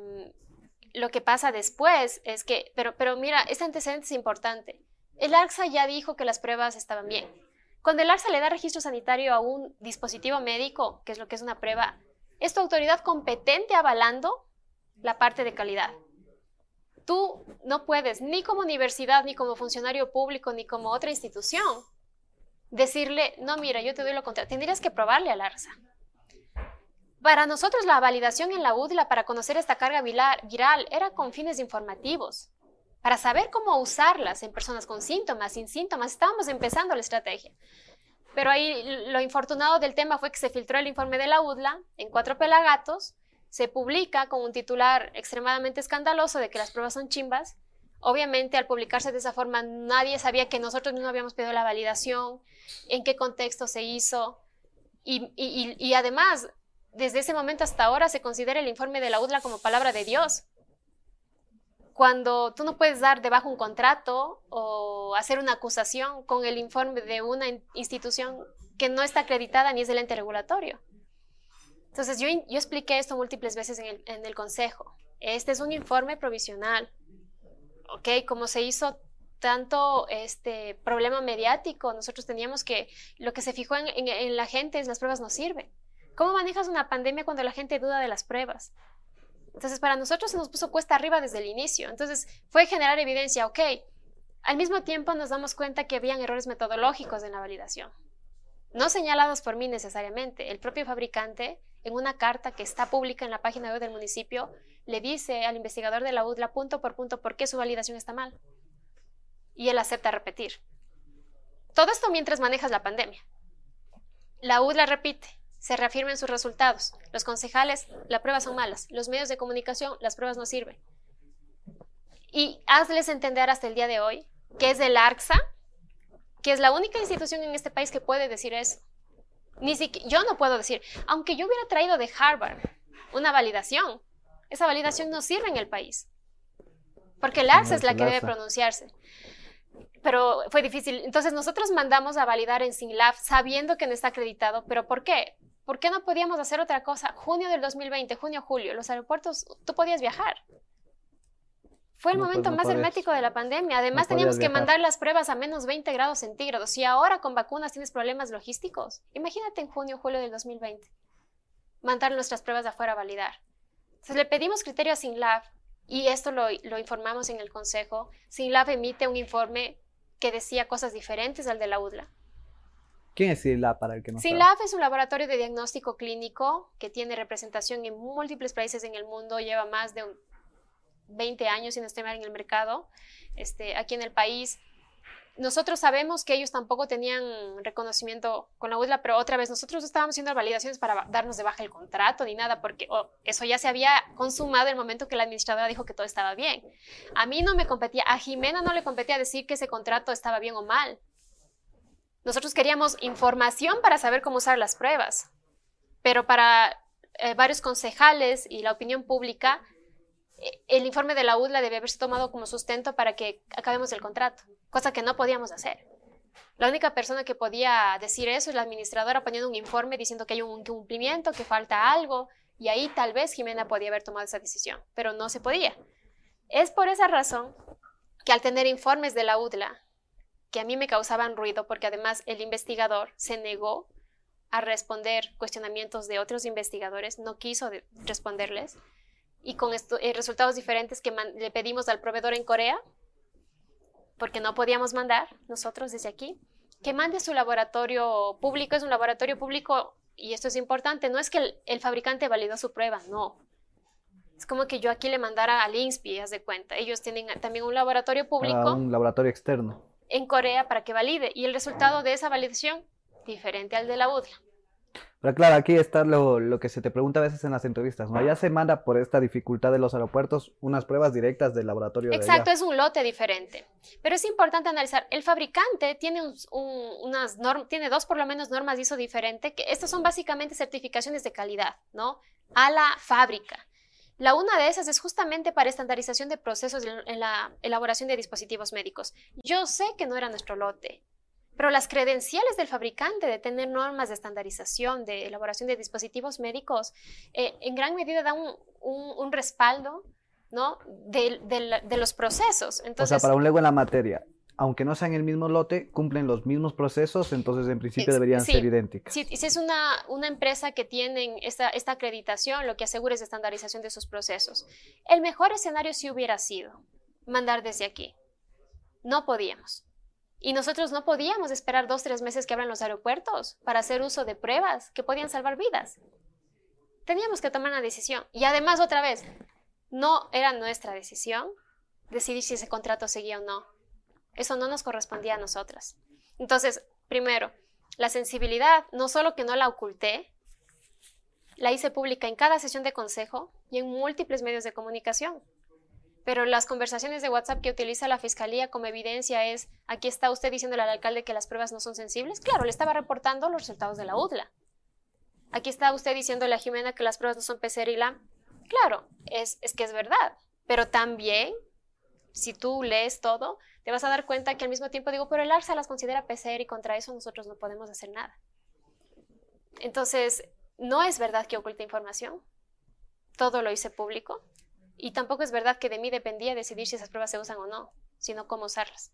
lo que pasa después es que, pero mira, este antecedente es importante. El ARSA ya dijo que las pruebas estaban bien. Cuando el ARSA le da registro sanitario a un dispositivo médico, que es lo que es una prueba, es tu autoridad competente avalando la parte de calidad. Tú no puedes, ni como universidad, ni como funcionario público, ni como otra institución, decirle, no, mira, yo te doy lo contrario. Tendrías que probarle al ARSA. Para nosotros la validación en la UDLA para conocer esta carga viral era con fines informativos, para saber cómo usarlas en personas con síntomas, sin síntomas. Estábamos empezando la estrategia. Pero ahí lo infortunado del tema fue que se filtró el informe de la UDLA en 4 pelagatos, se publica con un titular extremadamente escandaloso de que las pruebas son chimbas. Obviamente, al publicarse de esa forma, nadie sabía que nosotros no habíamos pedido la validación, en qué contexto se hizo. Y además, desde ese momento hasta ahora se considera el informe de la UDLA como palabra de Dios. Cuando tú no puedes dar debajo un contrato o hacer una acusación con el informe de una institución que no está acreditada ni es del ente regulatorio. Entonces yo expliqué esto múltiples veces en el consejo. Este es un informe provisional, ¿ok? Como se hizo tanto problema mediático, nosotros teníamos que, lo que se fijó en la gente es las pruebas no sirven. ¿Cómo manejas una pandemia cuando la gente duda de las pruebas? Entonces para nosotros se nos puso cuesta arriba desde el inicio. Entonces fue generar evidencia, ok. Al mismo tiempo nos damos cuenta que habían errores metodológicos en la validación. No señalados por mí necesariamente. El propio fabricante, en una carta que está pública en la página web del municipio, le dice al investigador de la UDLA punto por qué su validación está mal. Y él acepta repetir. Todo esto mientras manejas la pandemia. La UDLA repite, se reafirman sus resultados. Los concejales, las pruebas son malas. Los medios de comunicación, las pruebas no sirven. Y hazles entender hasta el día de hoy que es el ARSA, que es la única institución en este país que puede decir eso. Ni siquiera, yo no puedo decir, aunque yo hubiera traído de Harvard una validación, esa validación no sirve en el país. Porque el ARSA es la que debe pronunciarse. Pero fue difícil. Entonces nosotros mandamos a validar en SINLAB sabiendo que no está acreditado. ¿Pero por qué? ¿Por qué no podíamos hacer otra cosa? Junio del 2020, junio, julio, los aeropuertos, tú podías viajar. Fue el momento más hermético de la pandemia. Además, teníamos que mandar las pruebas a menos 20 grados centígrados. Y ahora con vacunas tienes problemas logísticos. Imagínate en junio, julio del 2020. Mandar nuestras pruebas de afuera a validar. Entonces le pedimos criterio a SINLAB y esto lo informamos en el consejo. SINLAB emite un informe que decía cosas diferentes al de la UDLA. ¿Quién es SINLAB para el que no sabe? SINLAB es un laboratorio de diagnóstico clínico que tiene representación en múltiples países en el mundo. Lleva más de 20 años sin estar en el mercado, aquí en el país. Nosotros sabemos que ellos tampoco tenían reconocimiento con la UDLA, pero otra vez nosotros estábamos haciendo validaciones para darnos de baja el contrato ni nada, porque eso ya se había consumado el momento que la administradora dijo que todo estaba bien. A mí no me competía, a Jimena no le competía decir que ese contrato estaba bien o mal. Nosotros queríamos información para saber cómo usar las pruebas, pero para varios concejales y la opinión pública, el informe de la UDLA debe haberse tomado como sustento para que acabemos el contrato, cosa que no podíamos hacer. La única persona que podía decir eso es la administradora poniendo un informe diciendo que hay un incumplimiento, que falta algo, y ahí tal vez Jimena podía haber tomado esa decisión, pero no se podía. Es por esa razón que al tener informes de la UDLA, que a mí me causaban ruido, porque además el investigador se negó a responder cuestionamientos de otros investigadores, no quiso responderles, y con resultados diferentes que le pedimos al proveedor en Corea, porque no podíamos mandar nosotros desde aquí, que mande su laboratorio público. Es un laboratorio público, y esto es importante, no es que el fabricante validó su prueba, no. Es como que yo aquí le mandara al INSPI, haz de cuenta. Ellos tienen también un laboratorio público. Un laboratorio externo. En Corea para que valide, y el resultado de esa validación, diferente al de la UDLA. Pero claro, aquí está lo que se te pregunta a veces en las entrevistas, ¿no? Allá se manda por esta dificultad de los aeropuertos unas pruebas directas del laboratorio. Exacto, de allá. es un lote diferente. Pero es importante analizar, el fabricante tiene tiene dos por lo menos normas ISO diferentes, que estas son básicamente certificaciones de calidad, ¿no? A la fábrica. Una de esas es justamente para estandarización de procesos en la elaboración de dispositivos médicos. Yo sé que no era nuestro lote, pero las credenciales del fabricante de tener normas de estandarización, de elaboración de dispositivos médicos, en gran medida dan un respaldo, ¿no? de los procesos. Entonces, O sea, para un lego en la materia, aunque no sean el mismo lote, cumplen los mismos procesos, entonces en principio deberían sí, ser idénticas. si es una empresa que tiene esta acreditación, lo que asegura es estandarización de sus procesos. El mejor escenario sí hubiera sido mandar desde aquí. No podíamos. Y nosotros no podíamos esperar 2 o 3 meses que abran los aeropuertos para hacer uso de pruebas que podían salvar vidas. Teníamos que tomar una decisión. Y además, otra vez, no era nuestra decisión decidir si ese contrato seguía o no. Eso no nos correspondía a nosotras. Entonces, primero, la sensibilidad, no solo que no la oculté, la hice pública en cada sesión de consejo y en múltiples medios de comunicación. Pero las conversaciones de WhatsApp que utiliza la Fiscalía como evidencia es, aquí está usted diciéndole al alcalde que las pruebas no son sensibles. Claro, le estaba reportando los resultados de la UDLA. Aquí está usted diciéndole a Jimena que las pruebas no son PCR y LAM. Claro, es que es verdad. Pero también, si tú lees todo, te vas a dar cuenta que al mismo tiempo digo, pero el ARSA las considera PCR y contra eso nosotros no podemos hacer nada. Entonces, no es verdad que oculte información. Todo lo hice público. Y tampoco es verdad que de mí dependía decidir si esas pruebas se usan o no, sino cómo usarlas.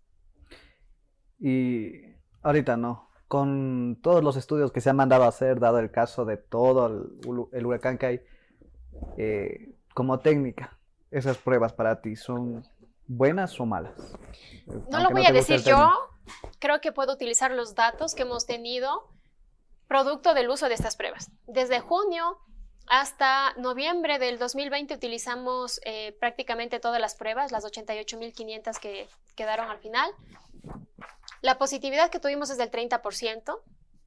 Y ahorita no. Con todos los estudios que se han mandado a hacer, dado el caso de todo el huracán que hay, como técnica, ¿esas pruebas para ti son buenas o malas? No lo voy a decir yo. Creo que puedo utilizar los datos que hemos tenido producto del uso de estas pruebas. Desde junio hasta noviembre del 2020 utilizamos prácticamente todas las pruebas, las 88.500 que quedaron al final. La positividad que tuvimos es del 30%.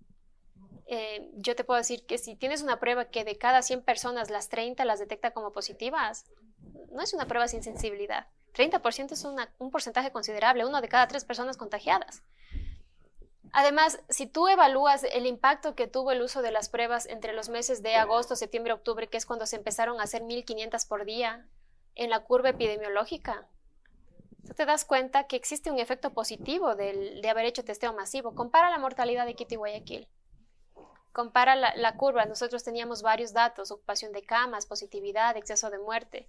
Yo te puedo decir que si tienes una prueba que de cada 100 personas las 30 las detecta como positivas, no es una prueba sin sensibilidad. 30% es un porcentaje considerable, 1 de cada 3 personas contagiadas. Además, si tú evalúas el impacto que tuvo el uso de las pruebas entre los meses de agosto, septiembre, octubre, que es cuando se empezaron a hacer 1.500 por día en la curva epidemiológica, tú te das cuenta que existe un efecto positivo de haber hecho testeo masivo. Compara la mortalidad de Quito y Guayaquil. Compara la curva. Nosotros teníamos varios datos, ocupación de camas, positividad, exceso de muerte.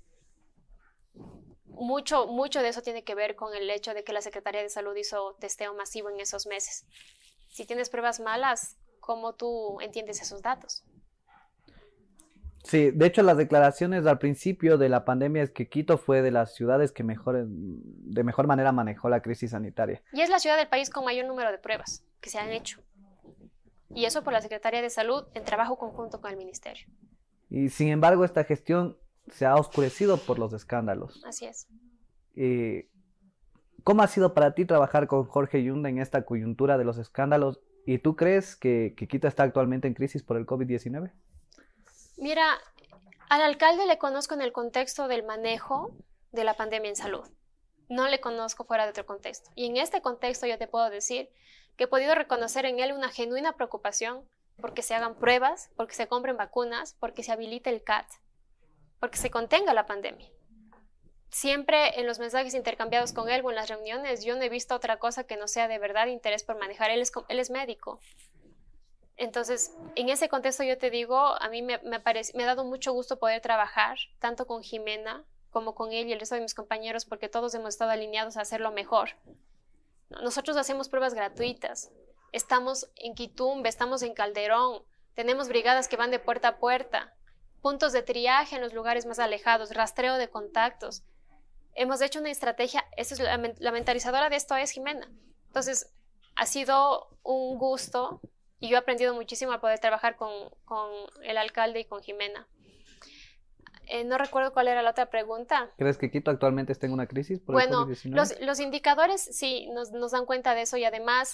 Mucho de eso tiene que ver con el hecho de que la Secretaría de Salud hizo testeo masivo en esos meses. Si tienes pruebas malas, ¿cómo tú entiendes esos datos? Sí, de hecho las declaraciones al principio de la pandemia es que Quito fue de las ciudades que de mejor manera manejó la crisis sanitaria. Y es la ciudad del país con mayor número de pruebas que se han hecho. Y eso por la Secretaría de Salud en trabajo conjunto con el Ministerio. Y sin embargo esta gestión se ha oscurecido por los escándalos. Así es. ¿Cómo ha sido para ti trabajar con Jorge Yunda en esta coyuntura de los escándalos? ¿Y tú crees que Quito está actualmente en crisis por el COVID-19? Mira, al alcalde le conozco en el contexto del manejo de la pandemia en salud. No le conozco fuera de otro contexto. Y en este contexto yo te puedo decir que he podido reconocer en él una genuina preocupación porque se hagan pruebas, porque se compren vacunas, porque se habilite el CAT, porque se contenga la pandemia. Siempre en los mensajes intercambiados con él o en las reuniones, yo no he visto otra cosa que no sea de verdad interés por manejar. Él es médico. Entonces, en ese contexto yo te digo, a mí me ha dado mucho gusto poder trabajar, tanto con Jimena como con él y el resto de mis compañeros, porque todos hemos estado alineados a hacerlo mejor. Nosotros hacemos pruebas gratuitas. Estamos en Quitumbe, estamos en Calderón, tenemos brigadas que van de puerta a puerta, puntos de triaje en los lugares más alejados, rastreo de contactos. Hemos hecho una estrategia, la mentalizadora de esto es Jimena. Entonces, ha sido un gusto y yo he aprendido muchísimo al poder trabajar con el alcalde y con Jimena. No recuerdo cuál era la otra pregunta. ¿Crees que Quito actualmente está en una crisis por el COVID-19? Bueno, los indicadores sí nos dan cuenta de eso y además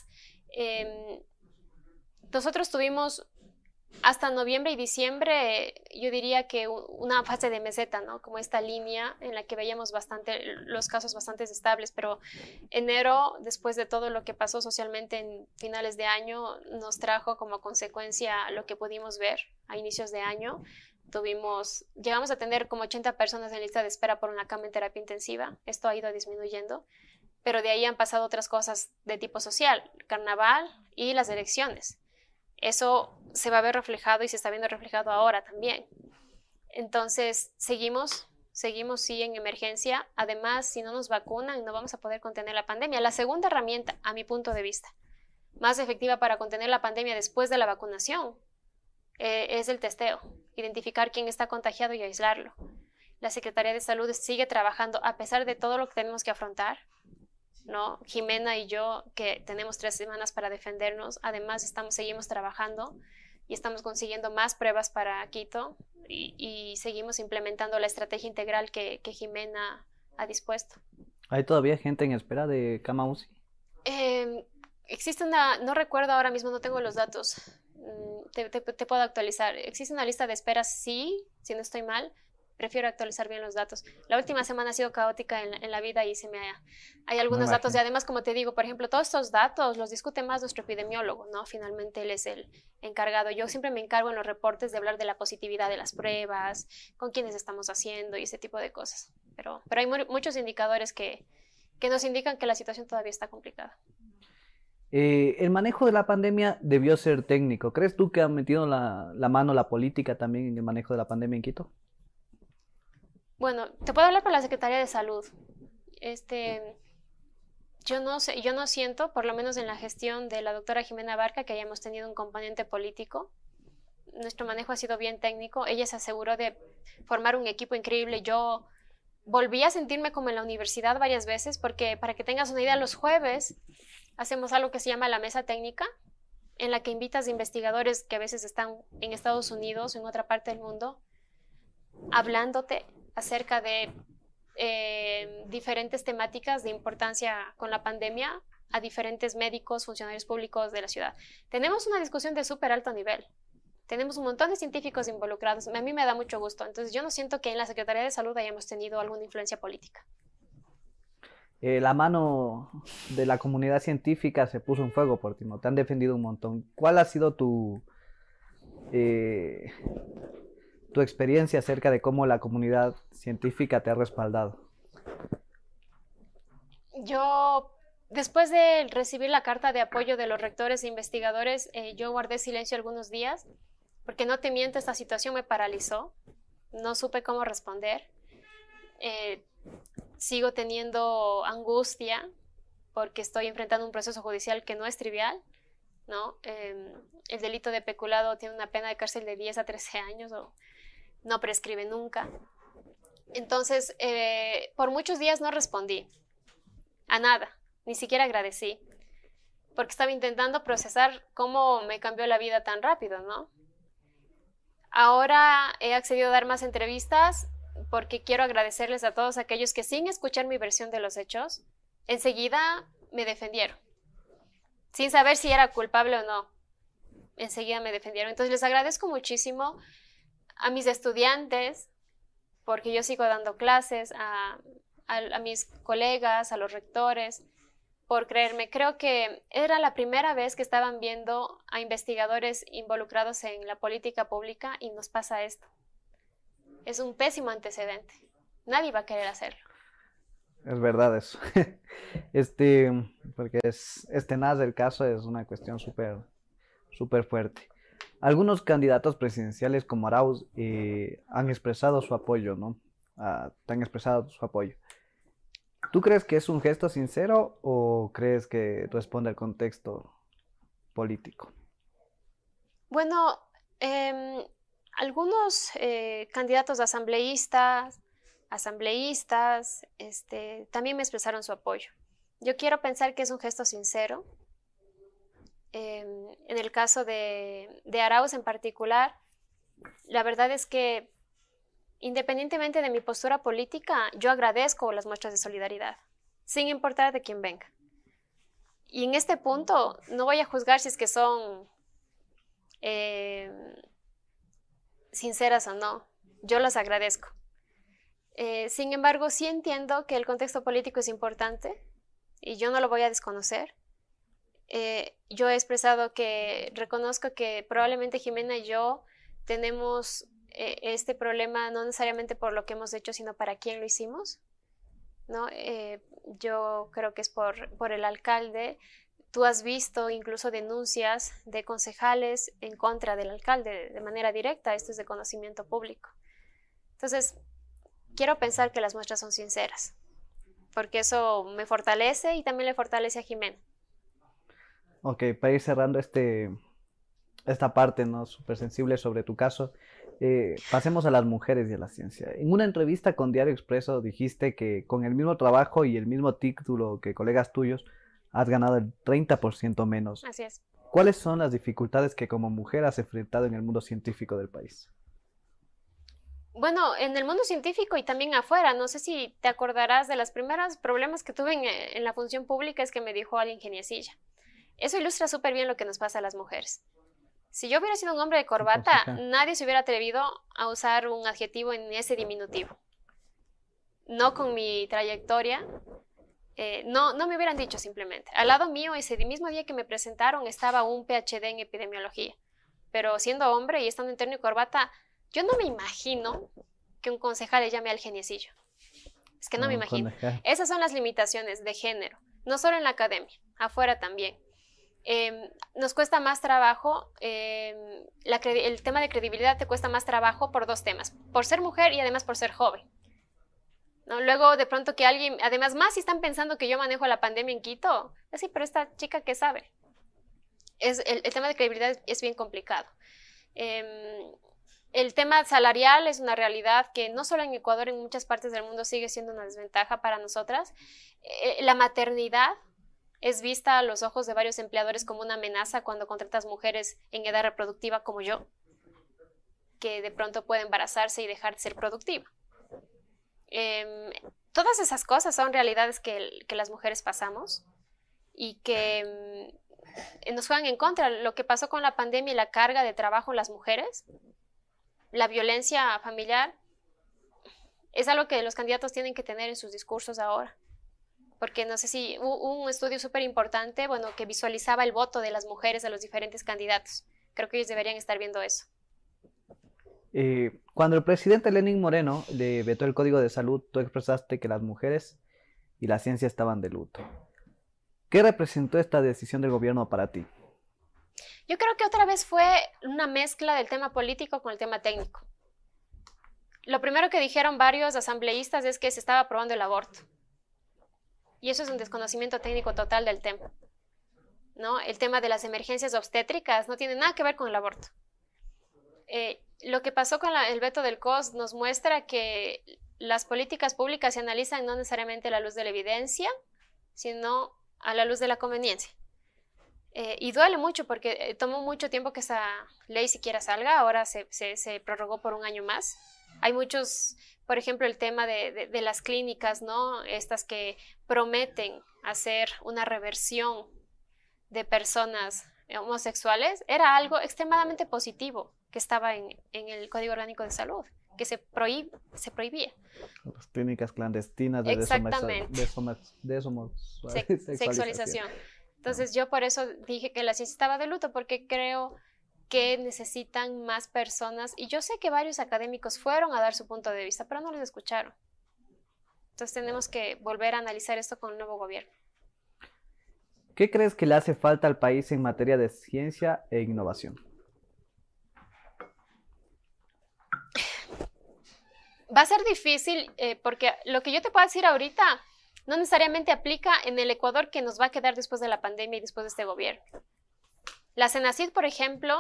nosotros tuvimos hasta noviembre y diciembre, yo diría que una fase de meseta, ¿no? Como esta línea en la que veíamos los casos bastante estables, pero enero, después de todo lo que pasó socialmente en finales de año, nos trajo como consecuencia lo que pudimos ver a inicios de año, Llegamos a tener como 80 personas en lista de espera por una cama en terapia intensiva. Esto ha ido disminuyendo, pero de ahí han pasado otras cosas de tipo social, carnaval y las elecciones. Eso se va a ver reflejado y se está viendo reflejado ahora también. Entonces, seguimos sí en emergencia. Además, si no nos vacunan, no vamos a poder contener la pandemia. La segunda herramienta, a mi punto de vista, más efectiva para contener la pandemia después de la vacunación, es el testeo, identificar quién está contagiado y aislarlo. La Secretaría de Salud sigue trabajando a pesar de todo lo que tenemos que afrontar, ¿no? Jimena y yo, que tenemos 3 semanas para defendernos, además seguimos trabajando y estamos consiguiendo más pruebas para Quito y seguimos implementando la estrategia integral que Jimena ha dispuesto. ¿Hay todavía gente en espera de cama UCI? Existe no recuerdo ahora mismo, no tengo los datos, te puedo actualizar. Existe una lista de espera, sí, si no estoy mal. Prefiero actualizar bien los datos. La última semana ha sido caótica en la vida y hay algunos datos. Y además, como te digo, por ejemplo, todos estos datos los discute más nuestro epidemiólogo, ¿no? Finalmente él es el encargado. Yo siempre me encargo en los reportes de hablar de la positividad de las pruebas, con quiénes estamos haciendo y ese tipo de cosas. Pero hay muchos indicadores que nos indican que la situación todavía está complicada. El manejo de la pandemia debió ser técnico. ¿Crees tú que ha metido la mano la política también en el manejo de la pandemia en Quito? Bueno, te puedo hablar por la Secretaría de Salud. Yo no sé, yo no siento, por lo menos en la gestión de la doctora Jimena Barca, que hayamos tenido un componente político. Nuestro manejo ha sido bien técnico. Ella se aseguró de formar un equipo increíble. Yo volví a sentirme como en la universidad varias veces, porque para que tengas una idea, los jueves hacemos algo que se llama la mesa técnica, en la que invitas investigadores que a veces están en Estados Unidos o en otra parte del mundo, hablándote acerca de diferentes temáticas de importancia con la pandemia a diferentes médicos, funcionarios públicos de la ciudad. Tenemos una discusión de súper alto nivel. Tenemos un montón de científicos involucrados. A mí me da mucho gusto. Entonces, yo no siento que en la Secretaría de Salud hayamos tenido alguna influencia política. La mano de la comunidad científica se puso en fuego por ti, ¿no? Te han defendido un montón. ¿Cuál ha sido tu experiencia acerca de cómo la comunidad científica te ha respaldado? Yo, después de recibir la carta de apoyo de los rectores e investigadores, yo guardé silencio algunos días, porque no te miento, esta situación me paralizó. No supe cómo responder. Sigo teniendo angustia porque estoy enfrentando un proceso judicial que no es trivial, ¿no? El delito de peculado tiene una pena de cárcel de 10 a 13 años o no prescribe nunca. Entonces, por muchos días no respondí a nada, ni siquiera agradecí, porque estaba intentando procesar cómo me cambió la vida tan rápido, ¿no? Ahora he accedido a dar más entrevistas porque quiero agradecerles a todos aquellos que, sin escuchar mi versión de los hechos, enseguida me defendieron, sin saber si era culpable o no. Enseguida me defendieron. Entonces les agradezco muchísimo a mis estudiantes, porque yo sigo dando clases, a mis colegas, a los rectores, por creerme. Creo que era la primera vez que estaban viendo a investigadores involucrados en la política pública y nos pasa esto. Es un pésimo antecedente. Nadie va a querer hacerlo. Es verdad eso. Porque es tenaz el caso, es una cuestión súper fuerte. Algunos candidatos presidenciales como Arauz han expresado su apoyo, ¿no? Te han expresado su apoyo. ¿Tú crees que es un gesto sincero o crees que responde al contexto político? Bueno, algunos candidatos asambleístas, también me expresaron su apoyo. Yo quiero pensar que es un gesto sincero. En el caso de Arauz en particular, la verdad es que independientemente de mi postura política, yo agradezco las muestras de solidaridad, sin importar de quién venga. Y en este punto no voy a juzgar si es que son sinceras o no. Yo las agradezco. Sin embargo, sí entiendo que el contexto político es importante y yo no lo voy a desconocer. Yo he expresado que reconozco que probablemente Jimena y yo tenemos este problema no necesariamente por lo que hemos hecho, sino para quién lo hicimos, ¿no? Yo creo que es por el alcalde. Tú has visto incluso denuncias de concejales en contra del alcalde de manera directa. Esto es de conocimiento público. Entonces, quiero pensar que las muestras son sinceras, porque eso me fortalece y también le fortalece a Jimena. Ok, para ir cerrando esta parte, ¿no? Súper sensible sobre tu caso, pasemos a las mujeres y a la ciencia. En una entrevista con Diario Expreso dijiste que con el mismo trabajo y el mismo título que colegas tuyos, has ganado el 30% menos. Así es. ¿Cuáles son las dificultades que como mujer has enfrentado en el mundo científico del país? Bueno, en el mundo científico y también afuera, no sé si te acordarás de los primeros problemas que tuve en la función pública, es que me dijo alguien ingeniecilla. Eso ilustra súper bien lo que nos pasa a las mujeres. Si yo hubiera sido un hombre de corbata, nadie se hubiera atrevido a usar un adjetivo en ese diminutivo. No con mi trayectoria, no me hubieran dicho simplemente. Al lado mío, ese mismo día que me presentaron, estaba un PhD en epidemiología. Pero siendo hombre y estando en terno y corbata, yo no me imagino que un concejal le llame al geniecillo. Es que no me imagino. Esas son las limitaciones de género, no solo en la academia, afuera también. Nos cuesta más trabajo, el tema de credibilidad te cuesta más trabajo por dos temas, por ser mujer y además por ser joven, ¿no? Luego de pronto que alguien, además más si están pensando que yo manejo la pandemia en Quito, sí, pero esta chica ¿qué sabe? El tema de credibilidad es bien complicado. El tema salarial es una realidad que no solo en Ecuador, en muchas partes del mundo sigue siendo una desventaja para nosotras. La maternidad es vista a los ojos de varios empleadores como una amenaza cuando contratas mujeres en edad reproductiva como yo, que de pronto puede embarazarse y dejar de ser productiva. Todas esas cosas son realidades que las mujeres pasamos y que nos juegan en contra. Lo que pasó con la pandemia y la carga de trabajo en las mujeres, la violencia familiar, es algo que los candidatos tienen que tener en sus discursos ahora. Porque no sé si hubo un estudio súper importante, bueno, que visualizaba el voto de las mujeres a los diferentes candidatos. Creo que ellos deberían estar viendo eso. Cuando el presidente Lenín Moreno le vetó el Código de Salud, tú expresaste que las mujeres y la ciencia estaban de luto. ¿Qué representó esta decisión del gobierno para ti? Yo creo que otra vez fue una mezcla del tema político con el tema técnico. Lo primero que dijeron varios asambleístas es que se estaba aprobando el aborto. Y eso es un desconocimiento técnico total del tema, ¿no? El tema de las emergencias obstétricas no tiene nada que ver con el aborto. Lo que pasó con el veto del COS nos muestra que las políticas públicas se analizan no necesariamente a la luz de la evidencia, sino a la luz de la conveniencia. Y duele mucho porque tomó mucho tiempo que esa ley siquiera salga, ahora se prorrogó por un año más. Hay muchos, por ejemplo, el tema de las clínicas, ¿no? Estas que prometen hacer una reversión de personas homosexuales, era algo extremadamente positivo que estaba en el Código Orgánico de Salud, que se prohibía. Las clínicas clandestinas de sexualización. Entonces yo por eso dije que la ciencia estaba de luto, porque creo que necesitan más personas, y yo sé que varios académicos fueron a dar su punto de vista, pero no les escucharon. Entonces tenemos que volver a analizar esto con el nuevo gobierno. ¿Qué crees que le hace falta al país en materia de ciencia e innovación? Va a ser difícil porque lo que yo te puedo decir ahorita no necesariamente aplica en el Ecuador que nos va a quedar después de la pandemia y después de este gobierno. La CENACYT, por ejemplo,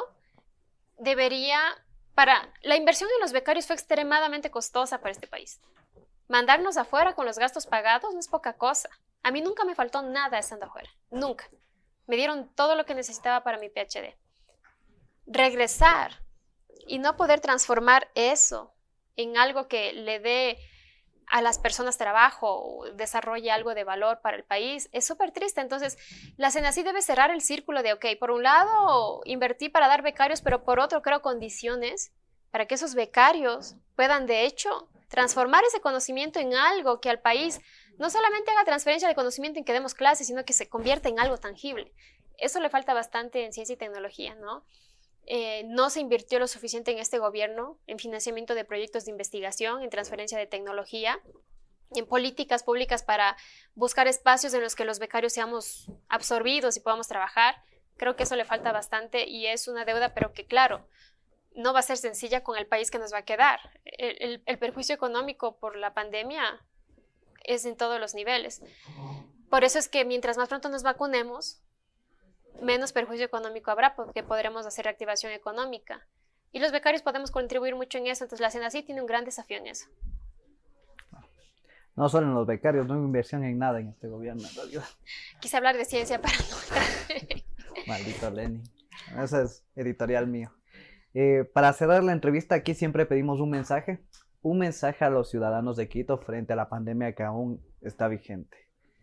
la inversión en los becarios fue extremadamente costosa para este país. Mandarnos afuera con los gastos pagados no es poca cosa. A mí nunca me faltó nada estando afuera, nunca. Me dieron todo lo que necesitaba para mi PhD. Regresar y no poder transformar eso en algo que le dé a las personas trabajo o desarrolle algo de valor para el país, es súper triste. Entonces, la CENACYT debe cerrar el círculo de, ok, por un lado invertí para dar becarios, pero por otro creo condiciones para que esos becarios puedan, de hecho, transformar ese conocimiento en algo que al país no solamente haga transferencia de conocimiento en que demos clases, sino que se convierta en algo tangible. Eso le falta bastante en ciencia y tecnología, ¿no? No se invirtió lo suficiente en este gobierno en financiamiento de proyectos de investigación, en transferencia de tecnología, en políticas públicas para buscar espacios en los que los becarios seamos absorbidos y podamos trabajar. Creo que eso le falta bastante y es una deuda, pero que claro, no va a ser sencilla con el país que nos va a quedar. El perjuicio económico por la pandemia es en todos los niveles. Por eso es que mientras más pronto nos vacunemos, menos perjuicio económico habrá porque podremos hacer reactivación económica. Y los becarios podemos contribuir mucho en eso, entonces la SENACID tiene un gran desafío en eso. No solo en los becarios, no hay inversión en nada en este gobierno, en realidad. Quise hablar de ciencia para no... Maldito Lenin. Ese es editorial mío. Para cerrar la entrevista, aquí siempre pedimos un mensaje a los ciudadanos de Quito frente a la pandemia que aún está vigente.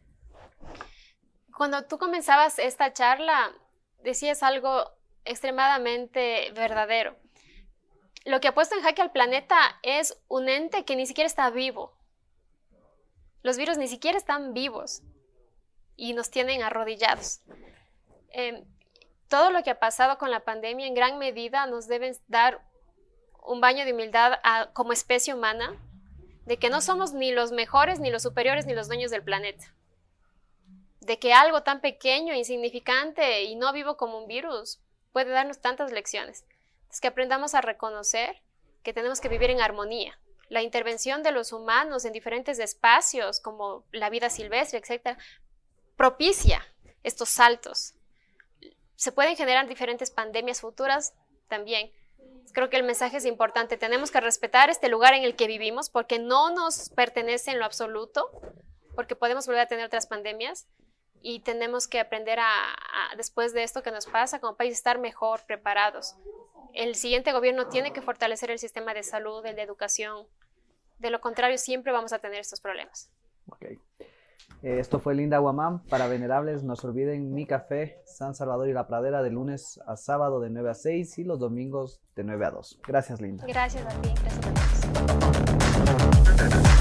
Cuando tú comenzabas esta charla, decías algo extremadamente verdadero. Lo que ha puesto en jaque al planeta es un ente que ni siquiera está vivo. Los virus ni siquiera están vivos y nos tienen arrodillados. Todo lo que ha pasado con la pandemia en gran medida nos debe dar un baño de humildad como especie humana, de que no somos ni los mejores, ni los superiores, ni los dueños del planeta. De que algo tan pequeño, insignificante y no vivo como un virus puede darnos tantas lecciones. Es que aprendamos a reconocer que tenemos que vivir en armonía. La intervención de los humanos en diferentes espacios, como la vida silvestre, etc., propicia estos saltos. Se pueden generar diferentes pandemias futuras también. Creo que el mensaje es importante. Tenemos que respetar este lugar en el que vivimos porque no nos pertenece en lo absoluto, porque podemos volver a tener otras pandemias y tenemos que aprender después de esto que nos pasa, como país, estar mejor preparados. El siguiente gobierno tiene que fortalecer el sistema de salud, el de educación. De lo contrario, siempre vamos a tener estos problemas. Okay. Esto fue Linda Guamán para Venerables. No se olviden Mi Café, San Salvador y La Pradera de lunes a sábado de 9 a 6 y los domingos de 9 a 2. Gracias, Linda. Gracias a ti, gracias a todos.